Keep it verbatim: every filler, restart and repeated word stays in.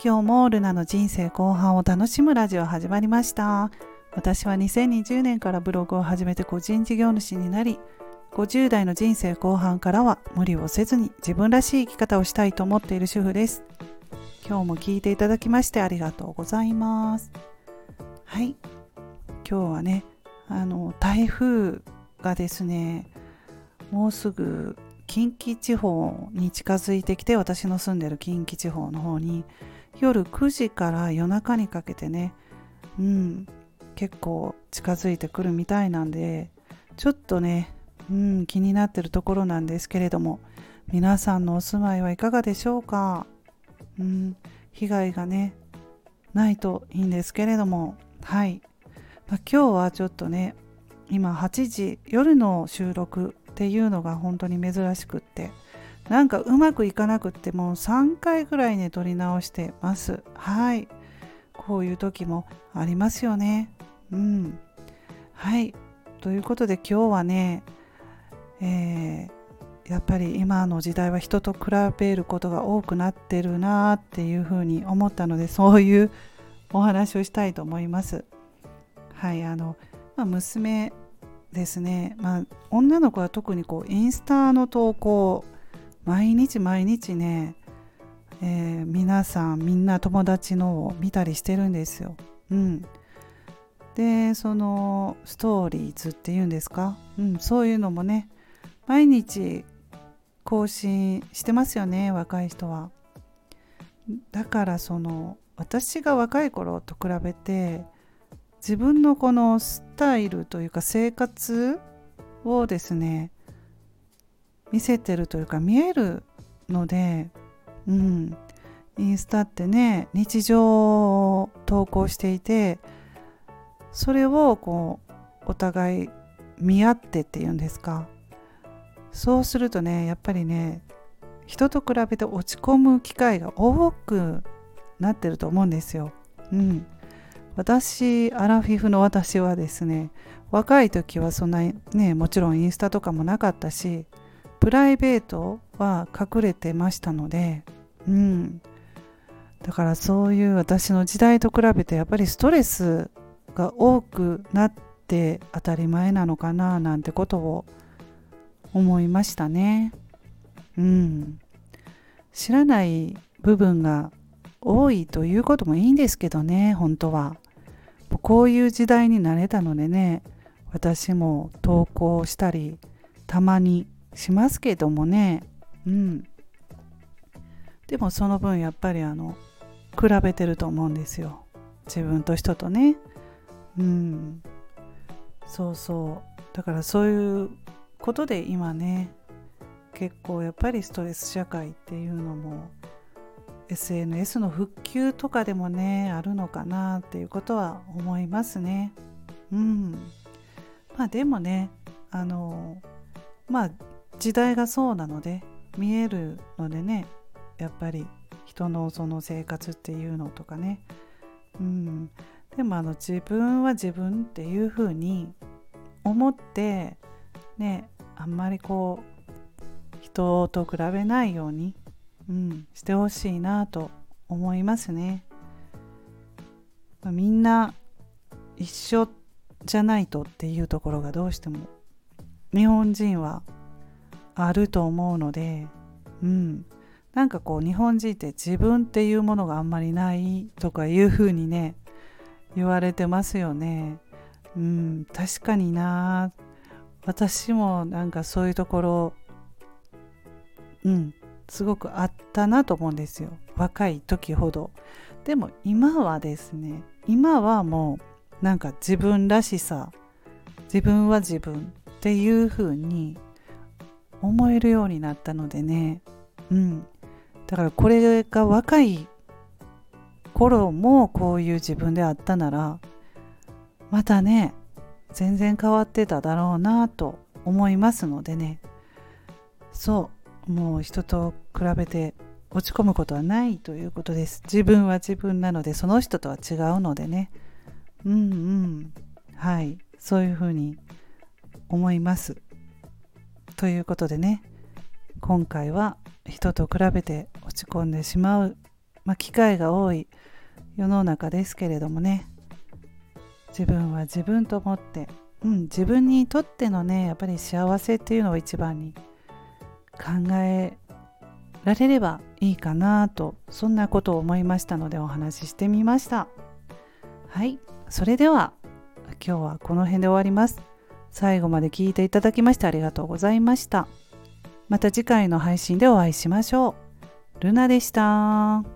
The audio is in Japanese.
今日もルナの人生後半を楽しむラジオ始まりました。私はにせんにじゅうねんからブログを始めて個人事業主になり、ごじゅう代の人生後半からは無理をせずに自分らしい生き方をしたいと思っている主婦です。今日も聞いていただきましてありがとうございます。はい、今日はね、あの台風がですね、もうすぐ近畿地方に近づいてきて、私の住んでる近畿地方の方に夜くじから夜中にかけてね、うん、結構近づいてくるみたいなんで、ちょっとね、うん、気になってるところなんですけれども、皆さんのお住まいはいかがでしょうか。うん、被害がねないといいんですけれども、はい、まあ、今日はちょっとね、今はちじ夜の収録っていうのが本当に珍しくって、なんかうまくいかなくってもうさんかいぐらいね撮り直してます。はい、こういう時もありますよね。うん、はい、ということで今日はね、えー、やっぱり今の時代は人と比べることが多くなってるなっていうふうに思ったので、そういうお話をしたいと思います。はい、あの、まあ、娘ですね、まあ、女の子は特にこうインスタの投稿毎日毎日ね、えー、皆さんみんな友達のを見たりしてるんですよ。うん、でそのストーリーズっていうんですか、うん、そういうのもね毎日更新してますよね、若い人は。だからその私が若い頃と比べて自分のこのスタイルというか生活をですね見せてるというか見えるので、うん、インスタってね日常を投稿していて、それをこうお互い見合ってっていうんですか、そうするとねやっぱりね人と比べて落ち込む機会が多くなってると思うんですよ。うん、私アラフィフの私はですね、若い時はそんなねもちろんインスタとかもなかったし、プライベートは隠れてましたので、うん、だからそういう私の時代と比べてやっぱりストレスが多くなって当たり前なのかななんてことを思いましたね。うん、知らない部分が多いということもいいんですけどね、本当はこういう時代になれたのでね、私も投稿したりたまにしますけどもね、うん、でもその分やっぱりあの比べてると思うんですよ、自分と人とね。うん、そうそう、だからそういうことで今ね結構やっぱりストレス社会っていうのも エスエヌエス の普及とかでもねあるのかなっていうことは思いますね。うん、まあでもね、あのまあ時代がそうなので見えるのでね、やっぱり人のその生活っていうのとかね、うん、でもあの自分は自分っていう風に思ってね、あんまりこう人と比べないように、うん、してほしいなと思いますね。まあ、みんな一緒じゃないとっていうところがどうしても日本人はあると思うので、うん、なんかこう日本人って自分っていうものがあんまりないとかいう風にね言われてますよね。うん、確かにな、私もなんかそういうところ、うん、すごくあったなと思うんですよ、若い時ほど。でも今はですね、今はもうなんか自分らしさ、自分は自分っていう風に思えるようになったのでね、うん、だからこれが若い頃もこういう自分であったならまたね全然変わってただろうなと思いますのでね、そうもう人と比べて落ち込むことはないということです。自分は自分なのでその人とは違うのでね、うんうん、はい、そういうふうに思います。ということでね、今回は人と比べて落ち込んでしまうまあ、機会が多い世の中ですけれどもね、自分は自分と思って、うん、自分にとってのねやっぱり幸せっていうのを一番に考えられればいいかなと、そんなことを思いましたのでお話ししてみました。はい、それでは今日はこの辺で終わります。最後まで聞いていただきましてありがとうございました。また次回の配信でお会いしましょう。ルナでした。